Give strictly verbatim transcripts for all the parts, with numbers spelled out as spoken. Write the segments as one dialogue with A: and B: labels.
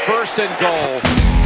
A: first and goal.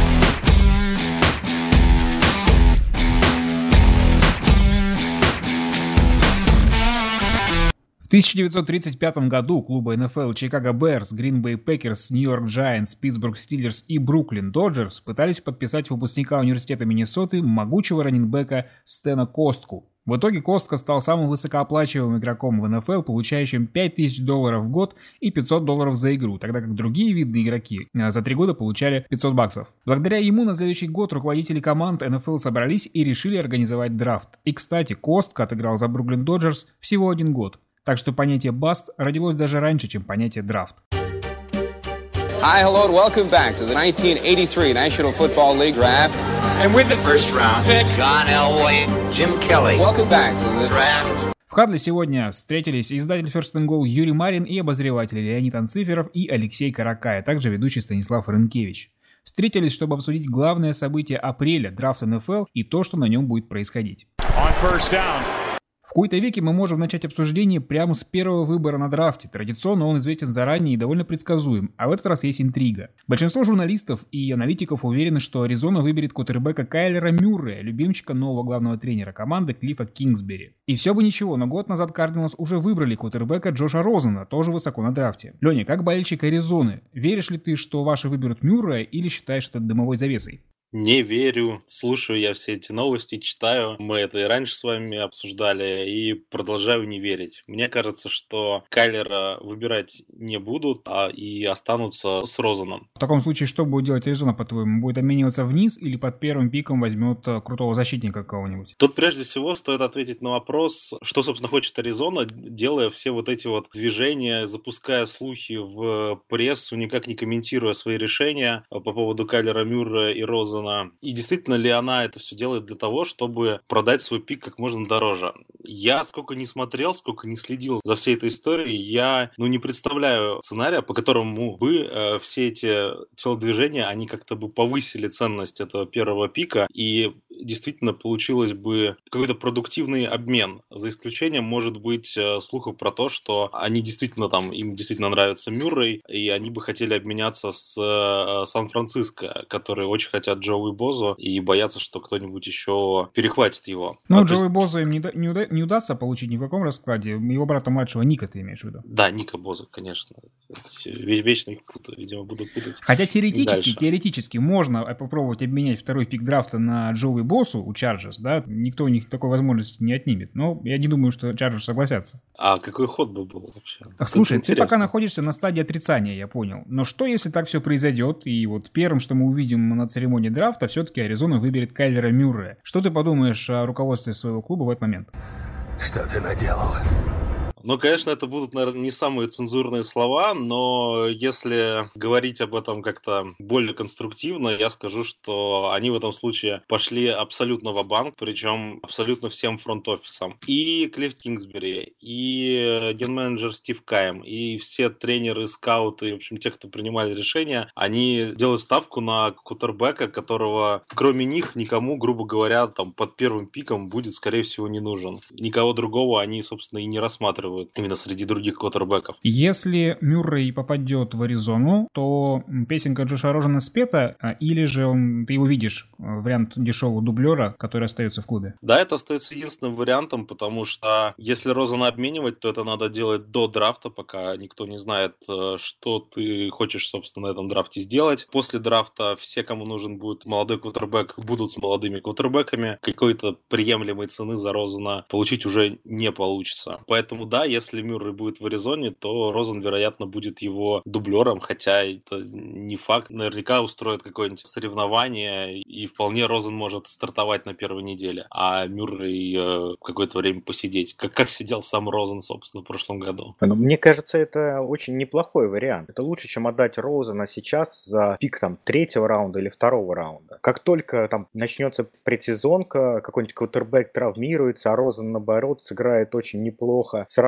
B: В тысяча девятьсот тридцать пятом году клубы эн эф эл Chicago Bears, Green Bay Packers, New York Giants, Pittsburgh Steelers и Brooklyn Dodgers пытались подписать выпускника университета Миннесоты могучего раннингбека Стэна Костку. В итоге Костка стал самым высокооплачиваемым игроком в эн эф эл, получающим пять тысяч долларов в год и пятьсот долларов за игру, тогда как другие видные игроки за три года получали пятьсот баксов. Благодаря ему на следующий год руководители команд эн эф эл собрались и решили организовать драфт. И, кстати, Костка отыграл за Brooklyn Dodgers всего один год. Так что понятие «баст» родилось даже раньше, чем понятие «драфт».
C: Hi, hello, and welcome back to the nineteen eighty-three National Football League Draft.
D: And with the first round pick, John Elway, Jim Kelly.
C: Welcome back to the draft.
B: В Хадле сегодня встретились издатель First and Goal Юрий Марин и обозреватели Леонид Анциферов и Алексей Каракай, а также ведущий Станислав Рынкевич. Встретились, чтобы обсудить главное событие апреля, драфт эн эф эл и то, что на нем будет происходить.
A: On first down.
B: В кои-то веке мы можем начать обсуждение прямо с первого выбора на драфте. Традиционно он известен заранее и довольно предсказуем, а в этот раз есть интрига. Большинство журналистов и аналитиков уверены, что Аризона выберет квотербека Кайлера Мюррея, любимчика нового главного тренера команды Клиффа Кингсбери. И все бы ничего, но год назад Кардиналс уже выбрали квотербека Джоша Розена, тоже высоко на драфте. Леня, как болельщик Аризоны, веришь ли ты, что ваши выберут Мюррея или считаешь это дымовой завесой?
E: Не верю. Слушаю я все эти новости, читаю. Мы это и раньше с вами обсуждали, и продолжаю не верить. Мне кажется, что Кайлера выбирать не будут, а и останутся с Розеном.
B: В таком случае, что будет делать Аризона, по-твоему? Будет обмениваться вниз или под первым пиком возьмет крутого защитника кого-нибудь?
E: Тут прежде всего стоит ответить на вопрос, что, собственно, хочет Аризона, делая все вот эти вот движения, запуская слухи в прессу, никак не комментируя свои решения по поводу Кайлера Мюррея и Розена. И действительно ли она это все делает для того, чтобы продать свой пик как можно дороже? Я сколько не смотрел, сколько не следил за всей этой историей, я ну, не представляю сценария, по которому бы э, все эти телодвижения, они как-то бы повысили ценность этого первого пика, и действительно получилось бы какой-то продуктивный обмен. За исключением, может быть, э, слухов про то, что они действительно там, им действительно нравится Мюррей, и они бы хотели обменяться с э, Сан-Франциско, которые очень хотят Джоуи Бозо и боятся, что кто-нибудь еще перехватит его.
B: Ну,
E: а
B: Джоуи
E: есть...
B: Бозо им не, да, не, уда- не удастся получить ни в каком раскладе. Его брата младшего Ника ты имеешь в виду?
E: Да, Ника Бозо, конечно. Вечно их путаю, видимо, буду путать.
B: Хотя теоретически, теоретически можно попробовать обменять второй пик драфта на Джоуи Бозу у Чарджерс, да? Никто у них такой возможности не отнимет. Но я не думаю, что Чарджерс согласятся.
E: А какой ход бы был вообще?
B: Так, слушай, ты пока находишься на стадии отрицания, я понял. Но что, если так все произойдет, и вот первым, что мы увидим на церемонии драфта, все-таки Аризона выберет Кайлера Мюррея. Что ты подумаешь о руководстве своего клуба в этот момент?
D: Что ты наделал?
E: Ну, конечно, это будут, наверное, не самые цензурные слова, но если говорить об этом как-то более конструктивно, я скажу, что они в этом случае пошли абсолютно ва-банк, причем абсолютно всем фронт-офисом. И Клифф Кингсбери, и ген-менеджер Стив Кайм, и все тренеры, скауты, в общем, те, кто принимали решения, они делают ставку на квотербека, которого, кроме них, никому, грубо говоря, там под первым пиком будет, скорее всего, не нужен. Никого другого они, собственно, и не рассматривают именно среди других квотербеков.
B: Если Мюррей попадет в Аризону, то песенка Джоша Розена спета, или же он, ты его видишь, вариант дешевого дублера, который остается в клубе?
E: Да, это остается единственным вариантом, потому что если Розена обменивать, то это надо делать до драфта, пока никто не знает, что ты хочешь, собственно, на этом драфте сделать. После драфта все, кому нужен будет молодой квотербек, будут с молодыми квотербеками. Какой-то приемлемой цены за Розена получить уже не получится. Поэтому да, если Мюррей будет в Аризоне, то Розен, вероятно, будет его дублером, хотя это не факт. Наверняка устроит какое-нибудь соревнование, и вполне Розен может стартовать на первой неделе, а Мюррей э, какое-то время посидеть, как, как сидел сам Розен, собственно, в прошлом году.
F: Мне кажется, это очень неплохой вариант. Это лучше, чем отдать Розена сейчас за пик там третьего раунда или второго раунда. Как только там начнется предсезонка, какой-нибудь квотербек травмируется, а Розен, наоборот, сыграет очень неплохо, сразу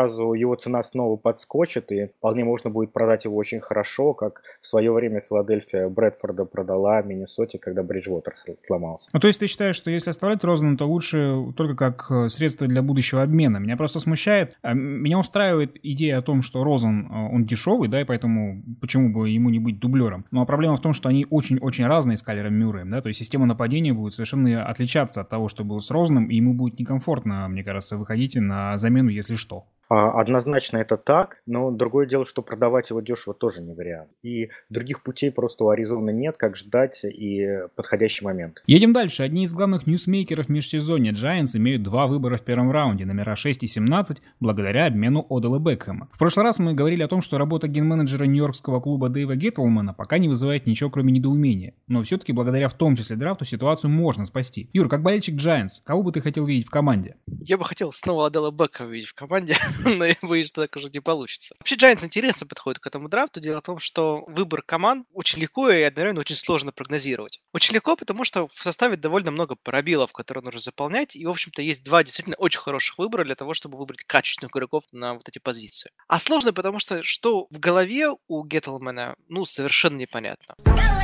F: сразу его цена снова подскочит, и вполне можно будет продать его очень хорошо, как в свое время Филадельфия Брэдфорда продала Миннесоте, когда Бриджвотер сломался.
B: Ну, то есть ты считаешь, что если оставлять Розена, то лучше только как средство для будущего обмена? Меня просто смущает, меня устраивает идея о том, что Розен, он дешевый, да, и поэтому почему бы ему не быть дублером. Но проблема в том, что они очень-очень разные с Кайлером Мюрреем, да, то есть система нападения будет совершенно отличаться от того, что было с Розеном, и ему будет некомфортно, мне кажется, выходить на замену, если что.
F: Однозначно это так, но другое дело, что продавать его дешево тоже не вариант. И других путей просто у Аризоны нет, как ждать и подходящий момент.
B: Едем дальше. Одни из главных ньюсмейкеров межсезонья Giants имеют два выбора в первом раунде, номера шесть и семнадцать, благодаря обмену Одела Бекхэма. В прошлый раз мы говорили о том, что работа ген-менеджера нью-йоркского клуба Дэйва Геттлмана пока не вызывает ничего, кроме недоумения. Но все-таки благодаря в том числе драфту ситуацию можно спасти. Юр, как болельщик Giants, кого бы ты хотел видеть в команде?
G: Я бы хотел снова Одела Бекхэма видеть в команде. Но я боюсь, что так уже не получится. Вообще, Giants интересно подходит к этому драфту. Дело в том, что выбор команд очень легко и одновременно очень сложно прогнозировать. Очень легко, потому что в составе довольно много пробелов, которые нужно заполнять. И, в общем-то, есть два действительно очень хороших выбора для того, чтобы выбрать качественных игроков на вот эти позиции. А сложно, потому что что в голове у Геттлмана, ну, совершенно непонятно.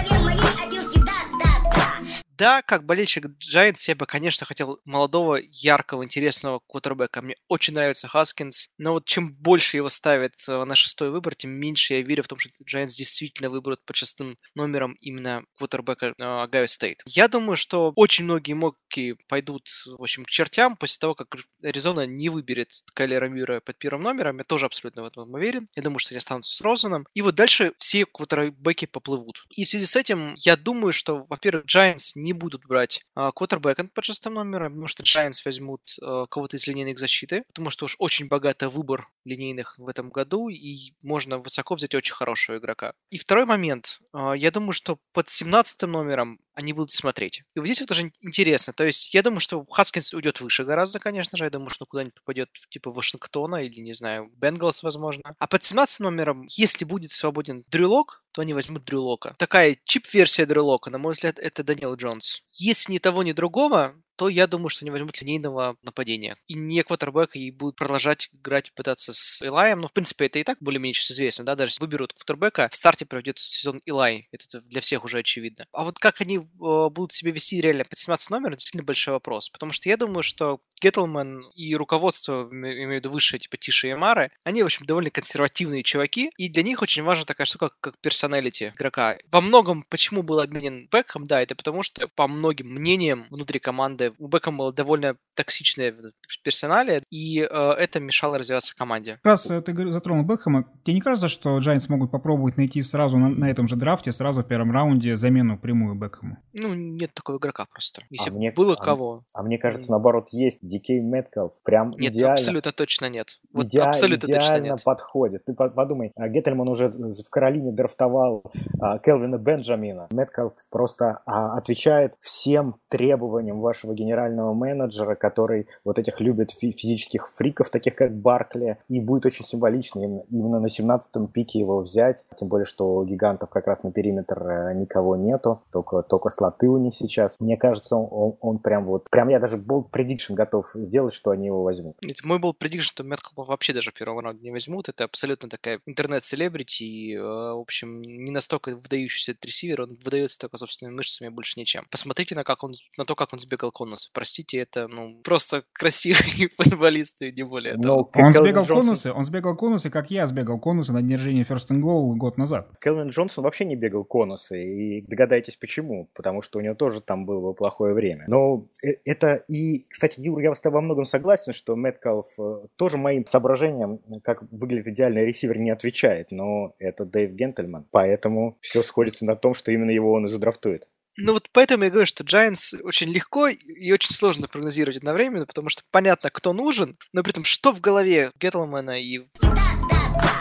G: Да, как болельщик Giants, я бы, конечно, хотел молодого, яркого, интересного квотербека. Мне очень нравится Хаскинс, но вот чем больше его ставят на шестой выбор, тем меньше я верю в том, что Giants действительно выберут под шестым номером именно квотербека Огайо Стейт. Я думаю, что очень многие моки пойдут, в общем, к чертям после того, как Аризона не выберет Кайлера Мюррея под первым номером. Я тоже абсолютно в этом уверен. Я думаю, что они останутся с Розеном. И вот дальше все квотербеки поплывут. И в связи с этим я думаю, что, во-первых, Giants не будут брать а, квотербека под шестым номером, потому что Giants возьмут а, кого-то из линейных защиты, потому что уж очень богатый выбор линейных в этом году, и можно высоко взять очень хорошего игрока. И второй момент. А, я думаю, что под семнадцатым номером они будут смотреть. И вот здесь вот уже интересно. То есть я думаю, что Хаскинс уйдет выше гораздо, конечно же. Я думаю, что куда-нибудь попадет в типа Вашингтона или, не знаю, Бенгалс, возможно. А под семнадцатым номером, если будет свободен Дрю Лок, то они возьмут Дрю Лока. Такая чип-версия Дрю Лока, на мой взгляд, это Даниэл Джонс. Если ни того, ни другого, то я думаю, что они возьмут линейного нападения. И не квотербека, и будут продолжать играть, пытаться с Илаем. Но, в принципе, это и так более-менее сейчас известно, да, даже если выберут квотербека, в старте проведет сезон Илай. Это для всех уже очевидно. А вот как они э, будут себя вести реально под семнадцатым номером, действительно большой вопрос. Потому что я думаю, что Геттлман и руководство, имею в виду высшее, типа Тиша и Мары, они, в общем, довольно консервативные чуваки, и для них очень важна такая штука, как персоналити игрока. Во многом, почему был обменен Бекхэм, да, это потому что, по многим мнениям внутри команды, у Бекхэма было довольно токсичное персонале, и э, это мешало развиваться команде.
B: Как раз ты затронул Бекхэма. Тебе не кажется, что Giants могут попробовать найти сразу на, на этом же драфте, сразу в первом раунде замену прямую Бекхэму?
G: Ну, нет такого игрока просто. Если
F: а мне,
G: было
F: а,
G: кого...
F: А мне кажется, наоборот, есть Ди Кей Меткалф. Прям
G: нет,
F: идеально.
G: абсолютно точно нет. Вот
F: Иде...
G: абсолютно
F: идеально
G: точно нет.
F: подходит. Ты подумай, Геттельман уже в Каролине драфтовал а, Келвина Бенджамина. Меткалф просто а, отвечает всем требованиям вашего генерального менеджера, который вот этих любит фи- физических фриков, таких как Баркли, и будет очень символично именно, именно на семнадцатом пике его взять, тем более, что у гигантов как раз на периметр никого нету, только, только слоты у них сейчас. Мне кажется, он, он, он прям вот, прям я даже bold prediction готов сделать, что они его возьмут.
G: Нет, мой bold prediction, что Меткалфа вообще даже в первом раунде не возьмут, это абсолютно такая интернет-селебрити, в общем, не настолько выдающийся ресивер, он выдается только собственными мышцами, больше ничем. Посмотрите на, как он, на то, как он сбегал конус. Простите, это, ну, просто красивый футболист, и не более того.
B: Он сбегал Джонсон... конусы, он сбегал конусы, как я сбегал конусы на дне рождения First and Goal год назад.
F: Келвин Джонсон вообще не бегал конусы, и догадайтесь почему, потому что у него тоже там было плохое время. Но это и, кстати, Юр, я с тобой во многом согласен, что Мэткалф тоже моим соображениям, как выглядит идеальный ресивер, не отвечает, но это Дэйв Геттельман, поэтому все сходится на том, что именно его он и задрафтует.
G: Ну вот поэтому я говорю, что Giants очень легко и очень сложно прогнозировать одновременно, потому что понятно, кто нужен, но при этом что в голове Геттлмана и...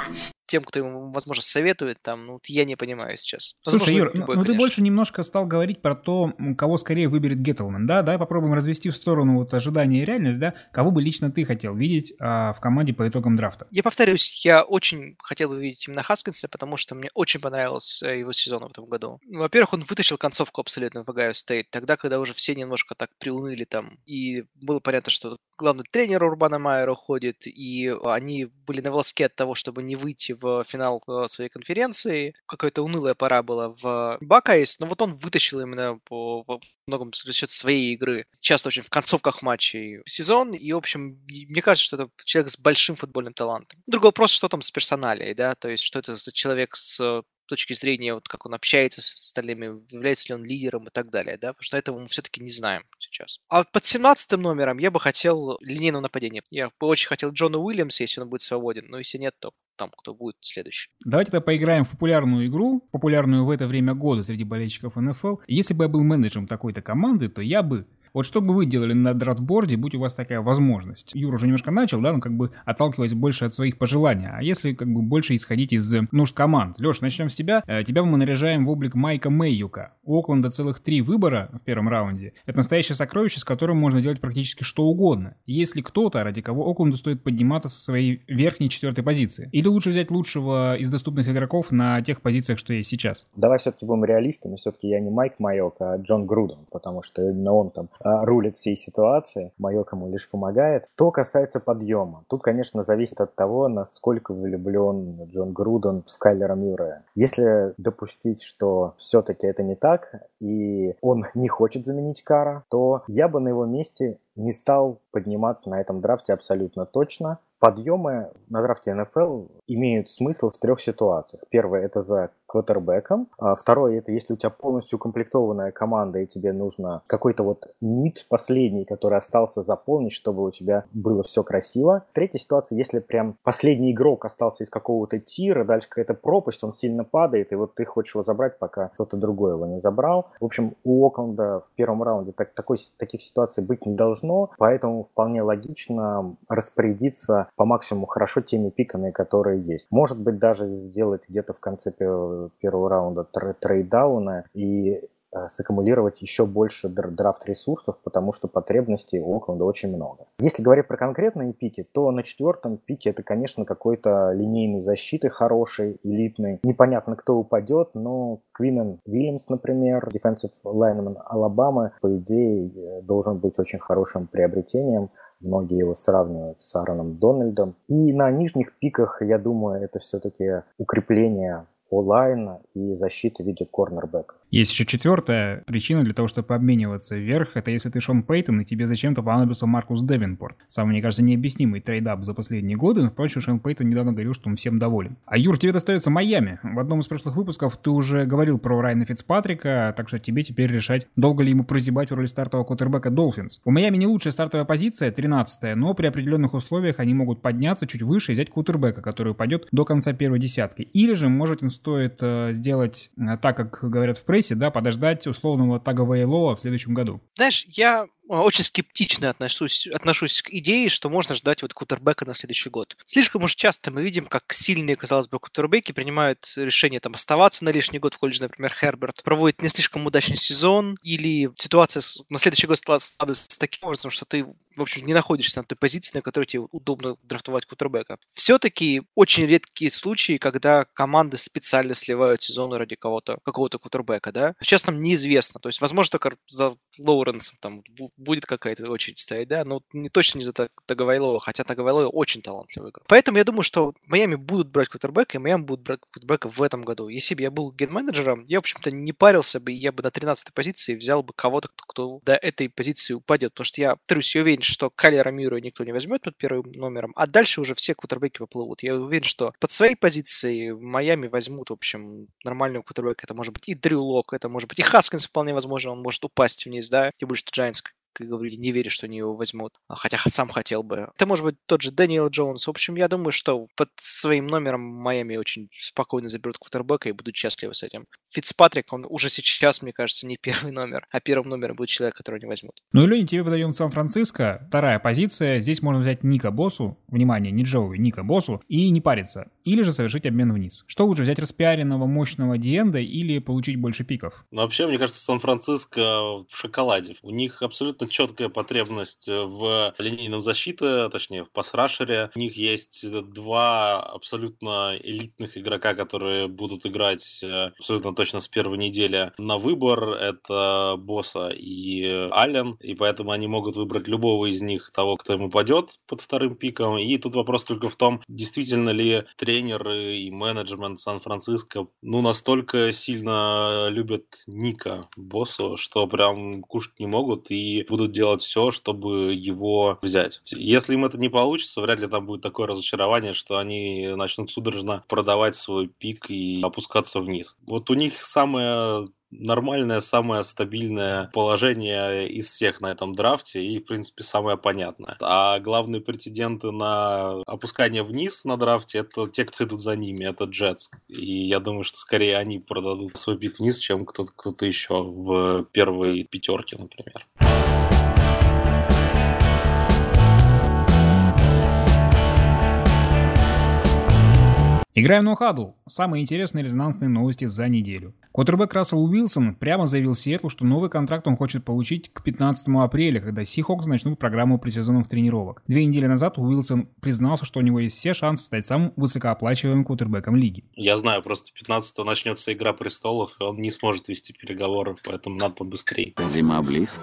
G: тем, кто ему, возможно, советует, там, ну, вот я не понимаю сейчас.
B: Слушай,
G: Возможно,
B: Юр,
G: любой,
B: ну ты
G: конечно.
B: больше немножко стал говорить про то, кого скорее выберет Геттелман, да? Давай попробуем развести в сторону вот ожидания и реальность, да? Кого бы лично ты хотел видеть а, в команде по итогам драфта?
G: Я повторюсь, я очень хотел бы видеть именно Хаскинса, потому что мне очень понравился его сезон в этом году. Во-первых, он вытащил концовку абсолютно в Огайо Стейт, тогда, когда уже все немножко так приуныли там, и было понятно, что главный тренер Урбана Майера уходит, и они были на волоске от того, чтобы не выйти в финал своей конференции. Какая-то унылая пора была в Бакайс, но вот он вытащил именно по, по многом за счет своей игры, часто очень в концовках матчей сезон, и, в общем, мне кажется, что это человек с большим футбольным талантом. Другой вопрос, что там с персоналией, да, то есть что это за человек с точки зрения, вот как он общается с остальными, является ли он лидером и так далее, да, потому что этого мы все-таки не знаем сейчас. А вот под семнадцатым номером я бы хотел линейного нападения. Я бы очень хотел Джона Уильямса, если он будет свободен, но если нет, то там кто будет следующий.
B: Давайте тогда поиграем в популярную игру, популярную в это время года среди болельщиков эн эф эл. Если бы я был менеджером такой-то команды, то я бы... Вот что бы вы делали на драфтборде, будь у вас такая возможность? Юра уже немножко начал, да, но как бы отталкиваясь больше от своих пожеланий. А если как бы больше исходить из нужд команд? Леш, начнем с тебя. Тебя мы наряжаем в облик Майка Мэйюка. У Окленда целых три выбора в первом раунде. Это настоящее сокровище, с которым можно делать практически что угодно. Есть ли кто-то, ради кого Окленду стоит подниматься со своей верхней четвертой позиции? Или лучше взять лучшего из доступных игроков на тех позициях, что есть сейчас?
F: Давай все-таки будем реалистами. Все-таки я не Майк Майок, а Джон Груден, потому что именно он там рулит всей ситуации, Майок ему лишь помогает. Что касается подъема, тут, конечно, зависит от того, насколько влюблен Джон Груден в Кайлера Мюррея. Если допустить, что все-таки это не так, и он не хочет заменить Карра, то я бы на его месте не стал подниматься на этом драфте абсолютно точно. Подъемы на драфте эн эф эл имеют смысл в трех ситуациях. Первое – это за квотербеком. А второе – это если у тебя полностью укомплектованная команда, и тебе нужно какой-то вот нит последний, который остался, заполнить, чтобы у тебя было все красиво. Третья ситуация – если прям последний игрок остался из какого-то тира, дальше какая-то пропасть, он сильно падает, и вот ты хочешь его забрать, пока кто-то другой его не забрал. В общем, у Окленда в первом раунде так, такой, таких ситуаций быть не должно, поэтому вполне логично распорядиться по максимуму хорошо теми пиками, которые есть. Может быть, даже сделать где-то в конце первого, первого раунда трейдауна и саккумулировать еще больше драфт-ресурсов, потому что потребностей у Окленда очень много. Если говорить про конкретные пики, то на четвертом пике это, конечно, какой-то линейной защиты хороший, элитный. Непонятно, кто упадет, но Квинен Уильямс, например, defensive lineman Алабамы, по идее, должен быть очень хорошим приобретением. Многие его сравнивают с Аароном Дональдом. И на нижних пиках, я думаю, это все-таки укрепление о-лайна и защиты в виде корнербэка.
B: Есть еще четвертая причина для того, чтобы обмениваться вверх. Это если ты Шон Пейтон, и тебе зачем-то понадобился Маркус Девинпорт. Самый, мне кажется, необъяснимый трейдап за последние годы. Но, впрочем, Шон Пейтон недавно говорил, что он всем доволен. А, Юр, тебе достается Майами. В одном из прошлых выпусков ты уже говорил про Райана Фицпатрика, так что тебе теперь решать, долго ли ему прозябать в роли стартового квотербека Долфинс. У Майами не лучшая стартовая позиция, тринадцатая, но при определенных условиях они могут подняться чуть выше и взять квотербека, который упадет до конца первой десятки. Или же, может, им стоит э, сделать э, так, как говорят в прессе, да, подождать условного Тага Вейлоа в следующем году.
G: Знаешь, я очень скептично отношусь, отношусь к идее, что можно ждать вот квотербека на следующий год. Слишком уж часто мы видим, как сильные, казалось бы, квотербеки принимают решение там оставаться на лишний год в колледже, например, Херберт, проводит не слишком удачный сезон, или ситуация на следующий год складывается таким образом, что ты, в общем, не находишься на той позиции, на которой тебе удобно драфтовать квотербека. Все-таки очень редкие случаи, когда команды специально сливают сезоны ради кого-то, какого-то квотербека, да. Сейчас нам неизвестно, то есть, возможно, только за Лоуренсом там будет какая-то очередь стоять, да, но не точно не за Таговайлова, хотя Таговайлова очень талантливый игрок. Поэтому я думаю, что Майами будут брать квотербека, и Майами будут брать квотербека в этом году. Если бы я был ген-менеджером, я, в общем-то, не парился бы, и я бы на тринадцатой позиции взял бы кого-то, кто до этой позиции упадет, потому что я, повторюсь, я уверен, что Кайлера Мюррея никто не возьмет под первым номером, а дальше уже все квотербеки поплывут. Я уверен, что под своей позицией в Майами возьмут, в общем, нормального квотербека. Это может быть и Дрю Лок, это может быть и Хаскинс, вполне возможно, он может упасть вниз, да, тем более, что Giants, как говорили, не верю, что они его возьмут. Хотя сам хотел бы. Это может быть тот же Дэниел Джонс. В общем, я думаю, что под своим номером Майами очень спокойно заберут квотербека и будут счастливы с этим. Фицпатрик, он уже сейчас, мне кажется, не первый номер, а первым номером будет человек, которого не возьмут.
B: Ну и, Леня, тебе выдаем Сан-Франциско. Вторая позиция. Здесь можно взять Ника Боссу. Внимание, не Джоуи, Ника Боссу. И не париться. или же совершить обмен вниз. Что лучше, взять распиаренного мощного Диэнда или получить больше пиков?
E: Ну, вообще, мне кажется, Сан-Франциско в шоколаде. У них абсолютно четкая потребность в линейном защите, точнее, в пас-рашере. У них есть два абсолютно элитных игрока, которые будут играть абсолютно точно с первой недели на выбор. Это Босса и Аллен, и поэтому они могут выбрать любого из них, того, кто им упадет под вторым пиком. И тут вопрос только в том, действительно ли тренеры и менеджмент Сан-Франциско ну настолько сильно любят Ника Боссу, что прям кушать не могут и будут делать все, чтобы его взять. Если им это не получится, вряд ли там будет такое разочарование, что они начнут судорожно продавать свой пик и опускаться вниз. Вот у них самое нормальное, самое стабильное положение из всех на этом драфте и, в принципе, самое понятное. А главные претенденты на опускание вниз на драфте — это те, кто идут за ними, это Джетс. И я думаю, что скорее они продадут свой пик вниз, чем кто-то, кто-то еще в первой пятерке, например.
B: Играем на хадл. Самые интересные резонансные новости за неделю. Квотербек Рассел Уилсон прямо заявил Сиэтлу, что новый контракт он хочет получить к пятнадцатому апреля, когда Сихокс начнут программу предсезонных тренировок. Две недели назад Уилсон признался, что у него есть все шансы стать самым высокооплачиваемым квотербеком лиги.
E: Я знаю, просто пятнадцатого начнется Игра престолов, и он не сможет вести переговоры, поэтому надо побыстрее.
H: Зима близко.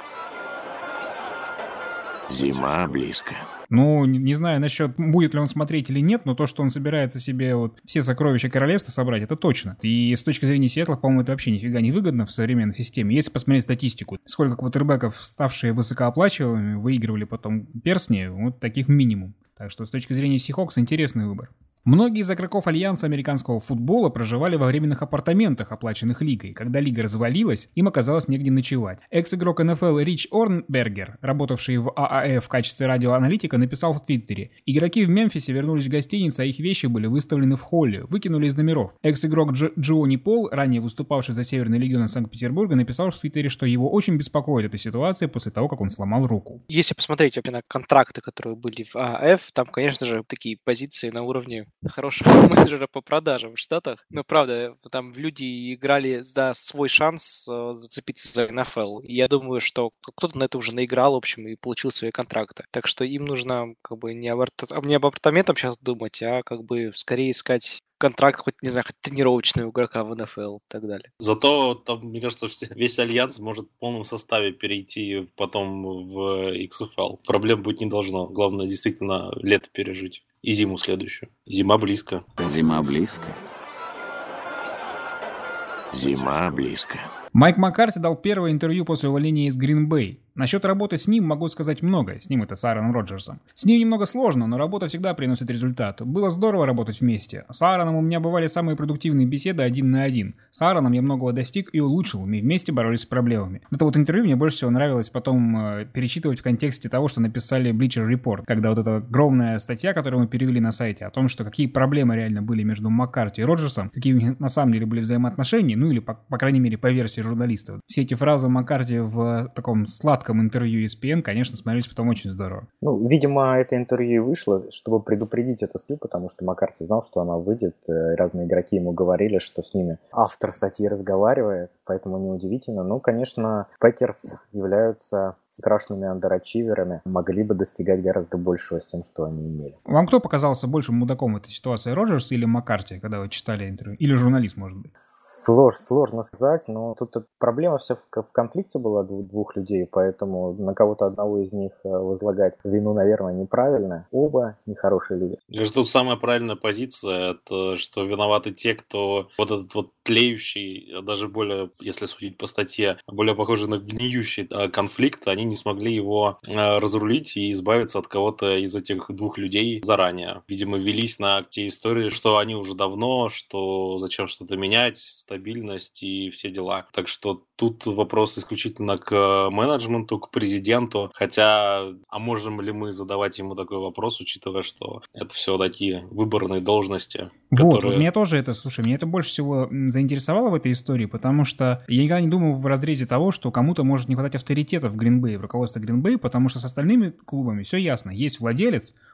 H: Зима близко.
B: Ну, не знаю насчет, будет ли он смотреть или нет, но то, что он собирается себе вот все сокровища королевства собрать, это точно. И с точки зрения Сиэтла, по-моему, это вообще нифига не выгодно в современной системе. Если посмотреть статистику, сколько квотербеков, ставшие высокооплачиваемыми, выигрывали потом перстни, вот таких минимум. Так что с точки зрения Сихокс интересный выбор. Многие из игроков Альянса американского футбола проживали во временных апартаментах, оплаченных лигой. Когда лига развалилась, им оказалось негде ночевать. Экс-игрок эн эф эл Рич Орнбергер, работавший в а а эф в качестве радиоаналитика, написал в Твиттере: «Игроки в Мемфисе вернулись в гостиницу, а их вещи были выставлены в холле, выкинули из номеров». Экс-игрок Дж- Джиони Пол, ранее выступавший за Северный легион Санкт-Петербурга, написал в Твиттере, что его очень беспокоит эта ситуация после того, как он сломал руку.
G: Если посмотреть вообще на контракты, которые были в а а эф, там, конечно же, такие позиции на уровне хорошего менеджера по продажам в Штатах. Но правда, там люди играли за свой шанс э, зацепиться за эн эф эл. И я думаю, что кто-то на это уже наиграл, в общем, и получил свои контракты. Так что им нужно как бы не об, не об апартаментах сейчас думать, а как бы скорее искать контракт, хоть, не знаю, хоть тренировочный у игрока в эн эф эл и так далее.
E: Зато там, мне кажется, весь Альянс может в полном составе перейти потом в икс эф эл. Проблем быть не должно. Главное, действительно, лето пережить. И зиму следующую. Зима близко.
H: Зима близко. Зима близко.
B: Майк Маккарти дал первое интервью после увольнения из Green Bay. Насчет работы с ним могу сказать многое. С ним это с Аароном Роджерсом. С ним немного сложно, но работа всегда приносит результат. Было здорово работать вместе. С Аароном у меня бывали самые продуктивные беседы один на один. С Аароном я многого достиг и улучшил. Мы вместе боролись с проблемами. Это вот интервью мне больше всего нравилось потом э, перечитывать в контексте того, что написали Bleacher Report. Когда вот эта огромная статья, которую мы перевели на сайте, о том, что какие проблемы реально были между Маккарти и Роджерсом, какие у них на самом деле были взаимоотношения, ну или по, по крайней мере по версии журналистов. Все эти фразы Маккарти в таком сладком интервью и эс пи эн, конечно, смотрелись потом очень здорово.
F: Ну, видимо, это интервью и вышло, чтобы предупредить эту статью, потому что Маккарти знал, что она выйдет. Разные игроки ему говорили, что с ними автор статьи разговаривает, поэтому неудивительно. Ну, конечно, Пекерс являются страшными андерачиверами, могли бы достигать гораздо большего с тем, что они имели.
B: Вам кто показался большим мудаком в этой ситуации, Роджерс или Маккарти, когда вы читали интервью? Или журналист, может быть?
F: Слож, сложно сказать, но тут проблема вся в, в конфликте была двух людей, поэтому на кого-то одного из них возлагать вину, наверное, неправильно. Оба нехорошие люди.
E: Мне кажется, тут самая правильная позиция, это что виноваты те, кто вот этот вот тлеющий, даже более, если судить по статье, более похожий на гниющий конфликт, они не смогли его разрулить и избавиться от кого-то из этих двух людей заранее. Видимо, велись на те истории, что они уже давно, что зачем что-то менять, стабильность и все дела. Так что тут вопрос исключительно к менеджменту, к президенту. Хотя, а можем ли мы задавать ему такой вопрос, учитывая, что это все такие выборные должности,
B: вот,
E: которые...
B: Вот, меня тоже это, слушай, меня это больше всего заинтересовало в этой истории, потому что я никогда не думал в разрезе того, что кому-то может не хватать авторитета в Green Bay, в руководстве Green Bay, потому что с остальными клубами все ясно. Есть владелец,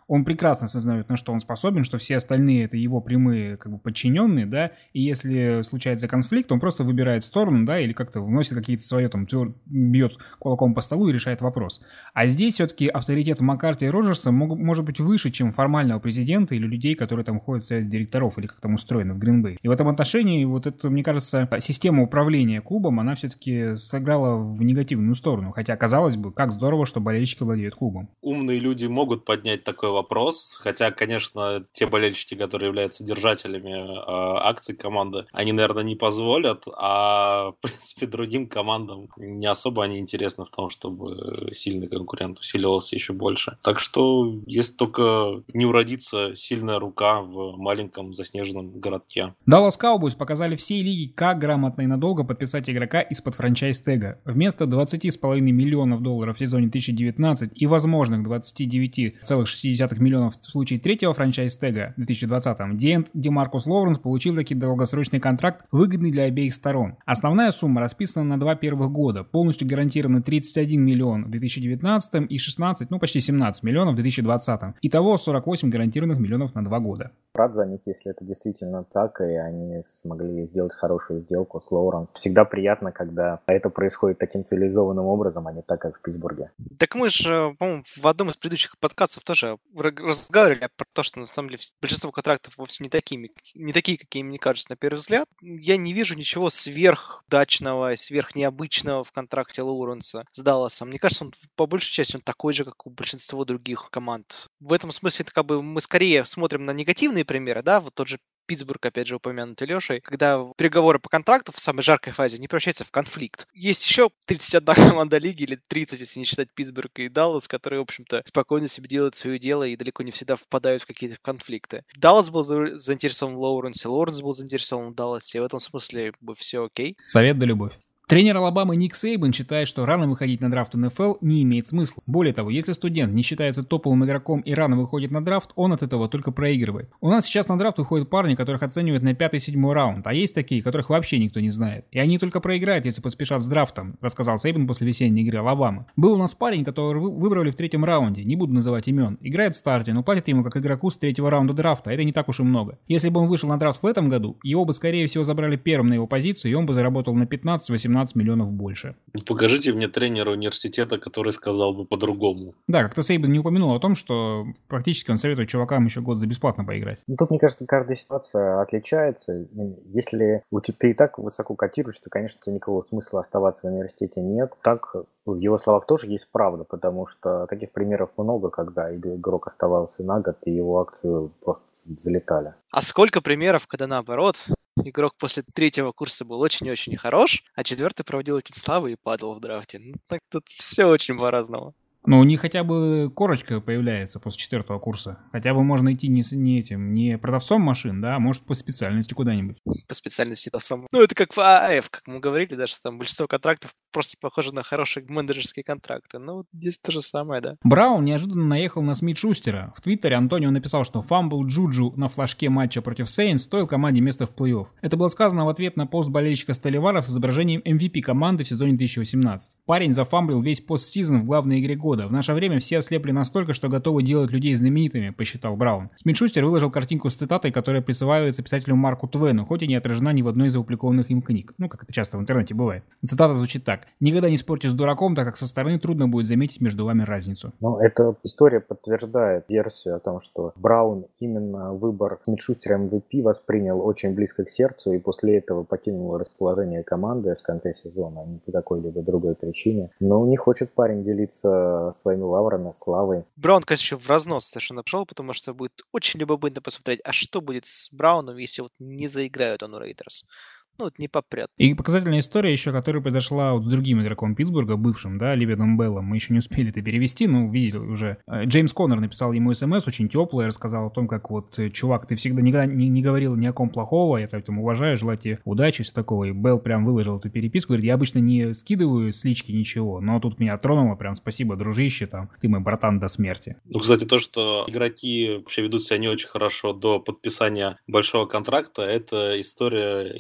B: Он прекрасно осознает, на что он способен, что все остальные — это его прямые как бы подчиненные, да, и если случается конфликт, он просто выбирает сторону, да, или как-то вносит какие-то свои, там, бьет кулаком по столу и решает вопрос. А здесь все-таки авторитет Маккарти и Роджерса мог, может быть выше, чем формального президента или людей, которые там ходят в совет директоров, или как там устроено в Грин-Бэй. И в этом отношении вот это, мне кажется, система управления клубом, она все-таки сыграла в негативную сторону, хотя, казалось бы, как здорово, что болельщики владеют клубом.
E: Умные люди могут поднять такой вопрос. Вопрос, хотя, конечно, те болельщики, которые являются держателями э, акций команды, они, наверное, не позволят, а, в принципе, другим командам не особо они интересны в том, чтобы сильный конкурент усиливался еще больше. Так что, если только не уродится сильная рука в маленьком заснеженном городке.
B: Dallas Cowboys показали всей лиге, как грамотно и надолго подписать игрока из-под франчайз-тега. Вместо двадцать с половиной миллионов долларов в сезоне две тысячи девятнадцатом и возможных двадцать девять целых шесть десятых миллионов в случае третьего франчайз-тега в две тысячи двадцатом, Диэнд Демаркус Лоуренс получил таки долгосрочный контракт, выгодный для обеих сторон. Основная сумма расписана на два первых года, полностью гарантированы тридцать один миллион в две тысячи девятнадцатом и шестнадцать, ну почти семнадцать миллионов в две тысячи двадцатом. Итого сорок восемь гарантированных миллионов на два года.
F: Рад за них, если это действительно так, и они смогли сделать хорошую сделку с Лоуренс. Всегда приятно, когда это происходит таким цивилизованным образом, а не так, как в Питтсбурге.
G: Так мы же, по-моему, в одном из предыдущих подкастов тоже разговаривали про то, что на самом деле большинство контрактов вовсе не такими, не такие, какие мне кажутся на первый взгляд. Я не вижу ничего сверхдачного, сверхнеобычного в контракте Лоуренса с Далласом. Мне кажется, он по большей части он такой же, как у большинства других команд. В этом смысле это как бы мы скорее смотрим на негативные примеры, да, вот тот же Питтсбург, опять же, упомянутый Лешей, когда переговоры по контракту в самой жаркой фазе не превращаются в конфликт. Есть еще тридцать одна команда лиги, или тридцать, если не считать Питтсбург и Даллас, которые, в общем-то, спокойно себе делают свое дело и далеко не всегда впадают в какие-то конфликты. Даллас был заинтересован в Лоуренсе, Лоуренс был заинтересован в Далласе, и в этом смысле как бы все окей.
B: Совет да любовь. Тренер Алабамы Ник Сейбан считает, что рано выходить на драфт эн эф эл не имеет смысла. Более того, если студент не считается топовым игроком и рано выходит на драфт, он от этого только проигрывает. У нас сейчас на драфт выходят парни, которых оценивают на пятый-седьмой раунд, а есть такие, которых вообще никто не знает. И они только проиграют, если поспешат с драфтом, рассказал Сейбан после весенней игры Алабамы. Был у нас парень, которого выбрали в третьем раунде, не буду называть имен, играет в старте, но платят ему как игроку с третьего раунда драфта, это не так уж и много. Если бы он вышел на драфт в этом году, его бы скорее всего забрали первым на его позицию, и он бы заработал на пятнадцать-восемнадцать миллионов больше.
E: Покажите мне тренера университета, который сказал бы по-другому.
B: Да, как-то Сейбан не упомянул о том, что практически он советует чувакам еще год за бесплатно поиграть.
F: Ну, тут, мне кажется, каждая ситуация отличается. Если ты и так высоко котируешься, то, конечно, тебе никакого смысла оставаться в университете нет. Так, в его словах тоже есть правда, потому что таких примеров много, когда игрок оставался на год, и его акции просто залетали.
G: А сколько примеров, когда наоборот... Игрок после третьего курса был очень-очень хорош, а четвертый проводил очень слабо и падал в драфте. Ну, так тут все очень по-разному.
B: Но у них хотя бы корочка появляется после четвертого курса. Хотя бы можно идти не, не этим, не продавцом машин, да, а может по специальности куда-нибудь.
G: По специальности продавцом. Ну, это как в ААФ, как мы говорили, даже там большинство контрактов просто похоже на хорошие менеджерские контракты. Ну, здесь то же самое, да.
B: Браун неожиданно наехал на Смит-Шустера. В Твиттере Антонио написал, что фамбл Джуджу на флажке матча против Сейнс стоил команде место в плей-офф. Это было сказано в ответ на пост болельщика Столиваров с изображением эм ви пи команды в сезоне две тысячи восемнадцатом. Парень зафамблил весь постсезон в главной игре года. В наше время все ослепли настолько, что готовы делать людей знаменитыми, посчитал Браун. Смит-Шустер выложил картинку с цитатой, которая присваивается писателю Марку Твену, хоть и не отражена ни в одной из опубликованных им книг. Ну, как это часто в интернете бывает. Цитата звучит так. «Никогда не спорьте с дураком, так как со стороны трудно будет заметить между вами разницу».
F: Ну, эта история подтверждает версию о том, что Браун именно выбор Смит-Шустера эм ви пи воспринял очень близко к сердцу и после этого покинул расположение команды в конце сезона, а не по какой-либо другой причине. Но не хочет парень делиться своими лаврами, славой.
G: Браун, конечно, еще в разнос совершенно пошел, потому что будет очень любопытно посмотреть, а что будет с Брауном, если вот не заиграют он у Рейдерс. Ну, вот не попрет.
B: И показательная история еще, которая произошла вот с другим игроком Питтсбурга, бывшим, да, Ливином Беллом. Мы еще не успели это перевести, но видели уже. Джеймс Коннор написал ему смс очень теплое, рассказал о том, как вот, чувак, ты всегда никогда не, не говорил ни о ком плохого, я так там уважаю, желаю тебе удачи, все такого. И Белл прям выложил эту переписку, говорит, я обычно не скидываю с лички ничего, но тут меня тронуло, прям спасибо, дружище, там, ты мой братан до смерти.
E: Ну, кстати, то, что игроки вообще ведут себя не очень хорошо до подписания большого контракта, это история известная.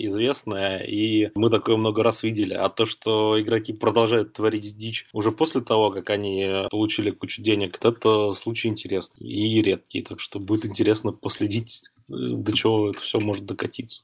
E: интересное, и мы такое много раз видели. А то, что игроки продолжают творить дичь уже после того, как они получили кучу денег, это случай интересный и редкий. Так что будет интересно последить, до чего это все может докатиться.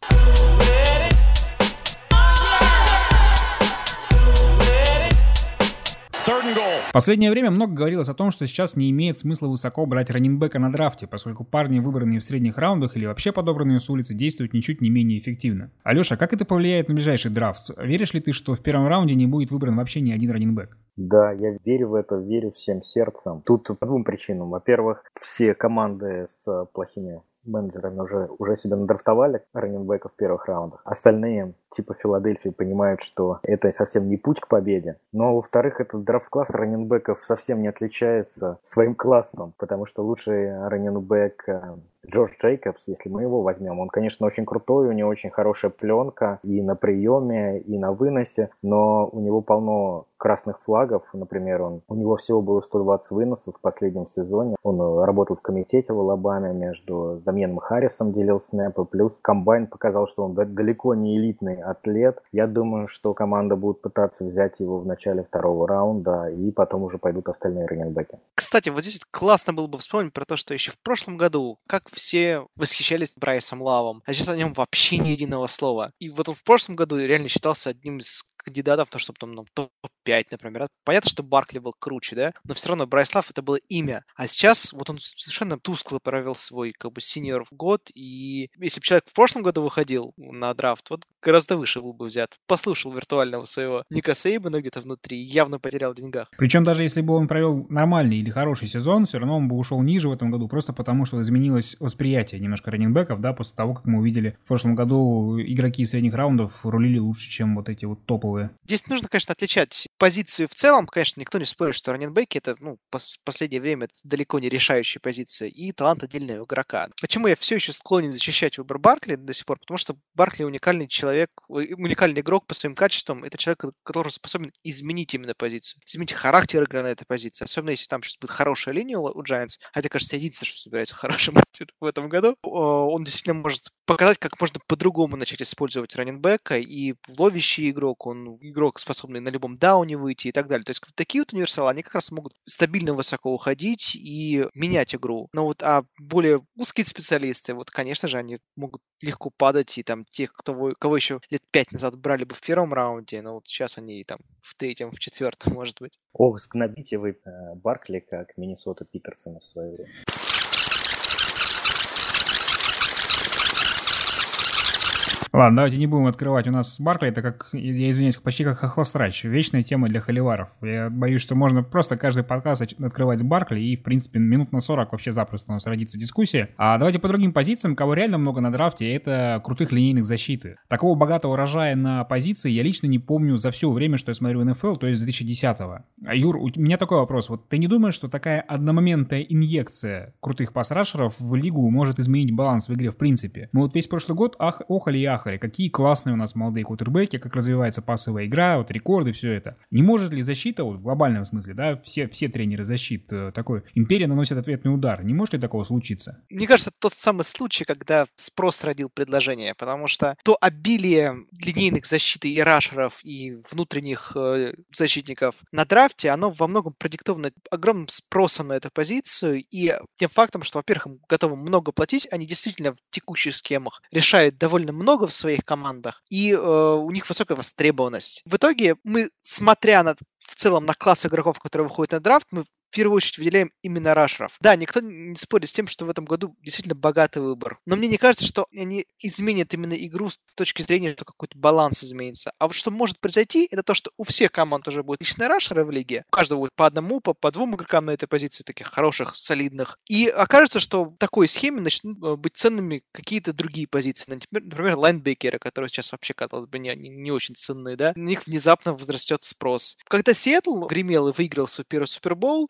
B: В последнее время много говорилось о том, что сейчас не имеет смысла высоко брать раннинбека на драфте, поскольку парни, выбранные в средних раундах или вообще подобранные с улицы, действуют ничуть не менее эффективно. Алеша, как это повлияет на ближайший драфт? Веришь ли ты, что в первом раунде не будет выбран вообще ни один раннинбек?
F: Да, я верю в это, верю всем сердцем. Тут по двум причинам. Во-первых, все команды с плохими менеджерами уже, уже себя надрафтовали раннинбеков в первых раундах. Остальные, типа Филадельфии, понимают, что это совсем не путь к победе. Но, во-вторых, этот драфт-класс раннинбеков совсем не отличается своим классом, потому что лучший раннинбек Джош Джейкобс, если мы его возьмем, он, конечно, очень крутой, у него очень хорошая пленка и на приеме, и на выносе, но у него полно красных флагов. Например, он, у него всего было сто двадцать выносов в последнем сезоне. Он работал в комитете в Алабаме, между Дамьеном Харрисом делил снэпы, плюс комбайн показал, что он далеко не элитный атлет. Я думаю, что команда будет пытаться взять его в начале второго раунда, и потом уже пойдут остальные раннинбеки.
G: Кстати, вот здесь классно было бы вспомнить про то, что еще в прошлом году, как все восхищались Брайсом Лавом, а сейчас о нем вообще ни единого слова. И вот он в прошлом году реально считался одним из кандидатов, на чтобы там ну, топ пять, например. Понятно, что Баркли был круче, да? Но все равно Брайс Лав это было имя. А сейчас вот он совершенно тускло провел свой как бы синьор год, и если бы человек в прошлом году выходил на драфт, вот гораздо выше был бы взят. Послушал виртуального своего Ника Сейбана где-то внутри, явно потерял в деньгах.
B: Причем даже если бы он провел нормальный или хороший сезон, все равно он бы ушел ниже в этом году, просто потому что изменилось восприятие немножко раннинбеков, да, после того, как мы увидели в прошлом году игроки из средних раундов рулили лучше, чем вот эти вот топовые.
G: Здесь нужно, конечно, отличать позицию в целом. Конечно, никто не спорит, что раннинбеки — это, ну, в последнее время это далеко не решающая позиция, и талант отдельного игрока. Почему я все еще склонен защищать выбор Баркли до сих пор? Потому что Баркли уникальный человек, уникальный игрок по своим качествам. Это человек, который способен изменить именно позицию, изменить характер игры на этой позиции. Особенно если там сейчас будет хорошая линия у Giants, а это, кажется, единственное, что собирается хорошим в этом году. Он действительно может показать, как можно по-другому начать использовать раннинбека, и ловящий игрок, он игрок, способный на любом дауне выйти и так далее. То есть такие вот универсалы, они как раз могут стабильно высоко уходить и менять игру. Но вот а более узкие специалисты, вот, конечно же, они могут легко падать, и там тех, кто, кого еще лет пять назад брали бы в первом раунде, но вот сейчас они там в третьем, в четвертом, может быть.
F: Ох, сгнобите вы э, Баркли, как Миннесота Питерсона в свое время.
B: Ладно, давайте не будем открывать. У нас Баркли, это как, я извиняюсь, почти как хохлострач. Вечная тема для холиваров. Я боюсь, что можно просто каждый подкаст открывать с Баркли, и, в принципе, минут на сорок вообще запросто у нас родится дискуссия. А давайте по другим позициям. Кого реально много на драфте, это крутых линейных защиты. Такого богатого урожая на позиции я лично не помню за все время, что я смотрю эн эф эл, то есть с две тысячи десятого. А, Юр, у меня такой вопрос. Вот ты не думаешь, что такая одномоментная инъекция крутых пасрашеров в лигу может изменить баланс в игре в принципе? Мы вот весь прошлый год ах, охали и ахали. Какие классные у нас молодые квотербеки, как развивается пассовая игра, вот рекорды, все это. Не может ли защита, вот в глобальном смысле, да, все, все тренеры защит, такой, империя наносит ответный удар, не может ли такого случиться?
G: Мне кажется, это тот самый случай, когда спрос родил предложение, потому что то обилие линейных защит и рашеров, и внутренних э, защитников на драфте, оно во многом продиктовано огромным спросом на эту позицию и тем фактом, что, во-первых, им готовы много платить, они действительно в текущих схемах решают довольно много в своих командах, и э, у них высокая востребованность. В итоге мы, смотря на, в целом на класс игроков, которые выходят на драфт, мы в первую очередь выделяем именно рашеров. Да, никто не спорит с тем, что в этом году действительно богатый выбор. Но мне не кажется, что они изменят именно игру с точки зрения, что какой-то баланс изменится. А вот что может произойти, это то, что у всех команд уже будет личные рашеры в лиге. У каждого будет по одному, по, по двум игрокам на этой позиции, таких хороших, солидных. И окажется, что в такой схеме начнут быть ценными какие-то другие позиции. Например, лайнбекеры, которые сейчас вообще, казалось бы, не, не, не очень ценные, да? На них внезапно возрастет спрос. Когда Сиэтл гремел и выиграл свой первый Супербоул,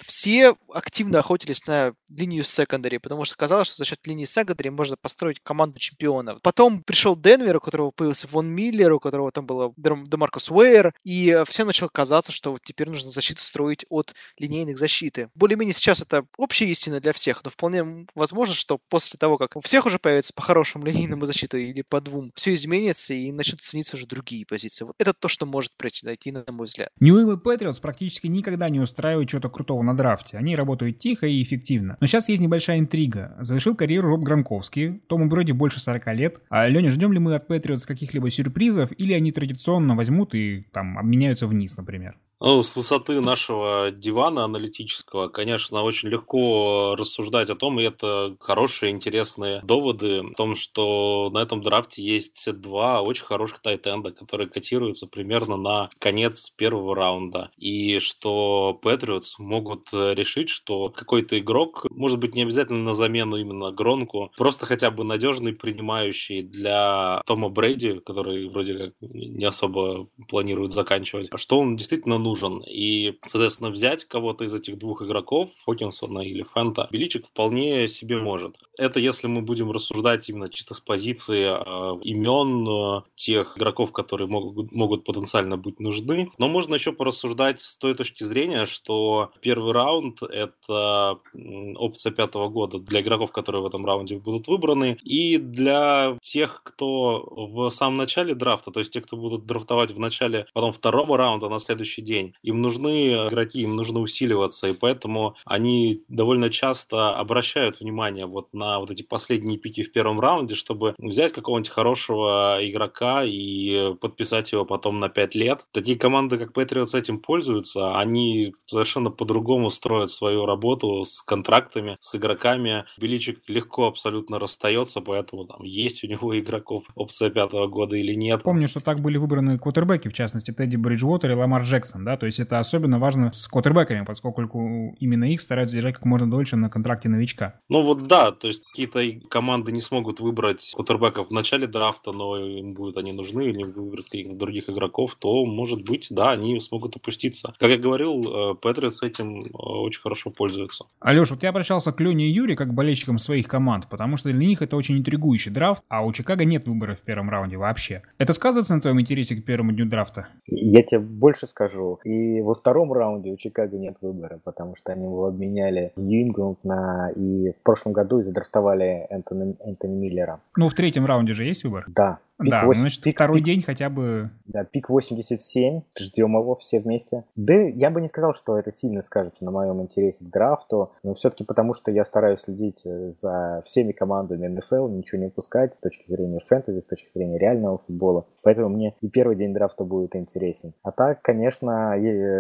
G: все активно охотились на линию секондари, потому что казалось, что за счет линии секондари можно построить команду чемпионов. Потом пришел Денвер, у которого появился Вон Миллер, у которого там был Демаркус Уэйр, и всем начало казаться, что вот теперь нужно защиту строить от линейных защиты. Более-менее сейчас это общая истина для всех, но вполне возможно, что после того, как у всех уже появится по хорошему линейному защиту или по двум, все изменится и начнут цениться уже другие позиции. Вот это то, что может произойти, на мой взгляд.
B: Нью-Ингланд Патриотс практически никогда не устраивают чего-то крутого на драфте. Они работают тихо и эффективно. Но сейчас есть небольшая интрига. Завершил карьеру Роб Гронковский, Тому Броди больше сорок лет. А, Леня, ждем ли мы от Патриотс каких-либо сюрпризов, или они традиционно возьмут и там обменяются вниз, например?
E: Ну, с высоты нашего дивана аналитического, конечно, очень легко рассуждать о том, и это хорошие, интересные доводы, о том, что на этом драфте есть два очень хороших тайтенда, которые котируются примерно на конец первого раунда. И что Patriots могут решить, что какой-то игрок, может быть, не обязательно на замену именно Гронку, просто хотя бы надежный принимающий для Тома Брэди, который вроде как не особо планирует заканчивать, что он действительно нужен. И, соответственно, взять кого-то из этих двух игроков, Хокинсона или Фента, Беличек вполне себе может. Это если мы будем рассуждать именно чисто с позиции э, имен э, тех игроков, которые могут, могут потенциально быть нужны. Но можно еще порассуждать с той точки зрения, что первый раунд — это опция пятого года для игроков, которые в этом раунде будут выбраны, и для тех, кто в самом начале драфта, то есть те, кто будут драфтовать в начале, потом второго раунда на следующий день, им нужны игроки, им нужно усиливаться, и поэтому они довольно часто обращают внимание вот на вот эти последние пики в первом раунде, чтобы взять какого-нибудь хорошего игрока и подписать его потом на пять лет. Такие команды, как Patriots, этим пользуются, они совершенно по-другому строят свою работу с контрактами, с игроками. Беличек легко абсолютно расстается, поэтому там есть у него игроков опция пятого года или нет.
B: Помню, что так были выбраны квотербеки, в частности, Тедди Бриджвотер и Ламар Джексон, да, то есть это особенно важно с квотербеками, поскольку именно их стараются держать как можно дольше на контракте новичка.
E: Ну вот да, то есть какие-то команды не смогут выбрать квотербеков в начале драфта, но им будут они нужны, или выберут каких-то других игроков, то, может быть, да, они смогут опуститься. Как я говорил, Патриотс этим очень хорошо пользуются.
B: Алеш, вот я обращался к Лене и Юре как к болельщикам своих команд, потому что для них это очень интригующий драфт, а у Чикаго нет выбора в первом раунде вообще. Это сказывается на твоем интересе к первому дню драфта?
F: Я тебе больше скажу. И во втором раунде у Чикаго нет выбора, потому что они его обменяли в Нью-Ингланд на... и в прошлом году и задрафтовали Энтони, Энтони Миллера.
B: Ну, в третьем раунде же есть выбор?
F: Да.
B: Пик да, восемь, значит,
F: пик,
B: второй
F: пик,
B: день хотя бы...
F: Да, пик восемьдесят семь, ждем его все вместе. Да, я бы не сказал, что это сильно скажется на моем интересе к драфту, но все-таки потому, что я стараюсь следить за всеми командами эн эф эл, ничего не упускать с точки зрения фэнтези, с точки зрения реального футбола. Поэтому мне и первый день драфта будет интересен. А так, конечно,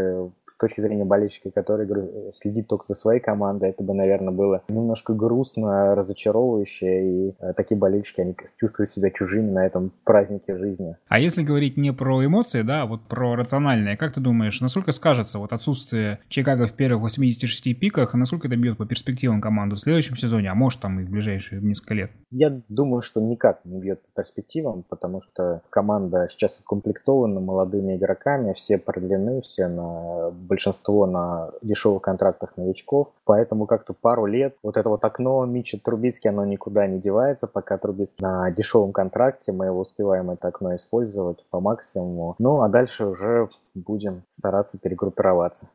F: с точки зрения болельщика, который следит только за своей командой, это бы, наверное, было немножко грустно, разочаровывающе, и такие болельщики, они чувствуют себя чужими на этом празднике жизни.
B: А если говорить не про эмоции, да, а вот про рациональное, как ты думаешь, насколько скажется вот отсутствие Чикаго в первых восьмидесяти шести пиках, и насколько это бьет по перспективам команду в следующем сезоне, а может там и в ближайшие несколько лет?
F: Я думаю, что никак не бьет по перспективам, потому что команда сейчас укомплектована молодыми игроками, все продлены, все на большинство на дешевых контрактах новичков, поэтому как-то пару лет вот это вот окно Митча Трубицки, оно никуда не девается, пока Трубицкий на дешевом контракте, мы его успеваем это окно использовать по максимуму, ну а дальше уже будем стараться перегруппироваться.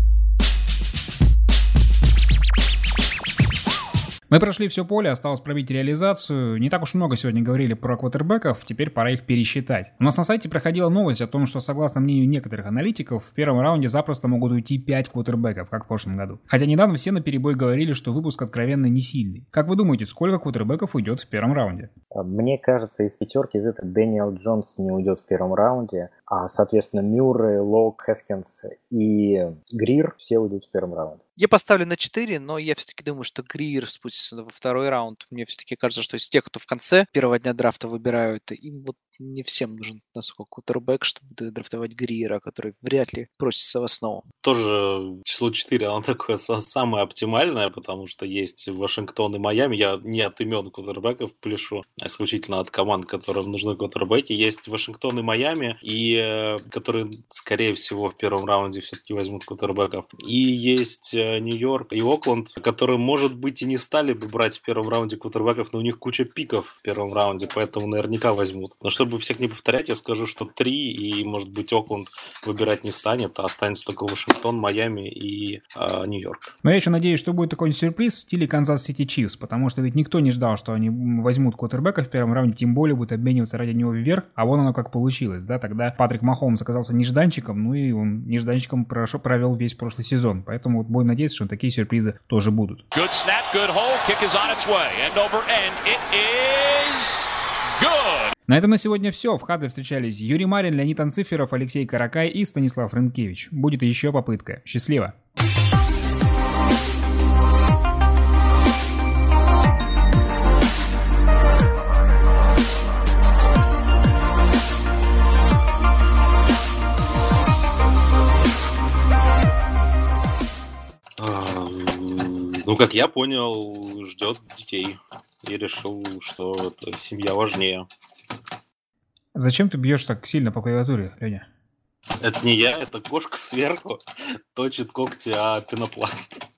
B: Мы прошли все поле, осталось пробить реализацию. Не так уж много сегодня говорили про квотербеков, теперь пора их пересчитать. У нас на сайте проходила новость о том, что, согласно мнению некоторых аналитиков, в первом раунде запросто могут уйти пять квотербеков, как в прошлом году. Хотя недавно все наперебой говорили, что выпуск откровенно не сильный. Как вы думаете, сколько квотербеков уйдет в первом раунде?
F: Мне кажется, из пятерки из этого Дэниел Джонс не уйдет в первом раунде, а, соответственно, Мюррей, Лок, Хэскинс и Грир все уйдут в первом раунде.
G: Я поставлю на четыре, но я все-таки думаю, что Грир спустится во второй раунд. Мне все-таки кажется, что из тех, кто в конце первого дня драфта выбирают, им вот не всем нужен настолько квотербек, чтобы драфтовать Гриера, который вряд ли просится в основу.
E: Тоже число четыре, оно такое самое оптимальное, потому что есть Вашингтон и Майами. Я не от имен квотербеков пляшу, а исключительно от команд, которым нужны квотербеки. Есть Вашингтон и Майами, и, которые, скорее всего, в первом раунде все-таки возьмут квотербеков. И есть Нью-Йорк и Окленд, которые, может быть, и не стали бы брать в первом раунде квотербеков, но у них куча пиков в первом раунде, поэтому наверняка возьмут. Но чтобы всех не повторять, я скажу, что три, и, может быть, Окленд выбирать не станет, а останется только Вашингтон, Майами и э, Нью-Йорк.
B: Но я еще надеюсь, что будет такой сюрприз в стиле Канзас-Сити Чифс, потому что ведь никто не ждал, что они возьмут квотербека в первом раунде, тем более будут обмениваться ради него вверх, а вон оно как получилось, да, тогда Патрик Махомс оказался нежданчиком, ну и он нежданчиком прошел, провел весь прошлый сезон, поэтому вот будем надеяться, что такие сюрпризы тоже будут.
A: Good snap, good hold, kick is on its way, end over end, it is good.
B: На этом на сегодня все. В Хабре встречались Юрий Марин, Леонид Анциферов, Алексей Каракай и Станислав Рынкевич. Будет еще попытка. Счастливо!
E: Ну, как я понял, ждет детей. И решил, что это семья важнее.
B: Зачем ты бьешь так сильно по клавиатуре, Леня?
E: Это не я, это кошка сверху точит когти о пенопласт.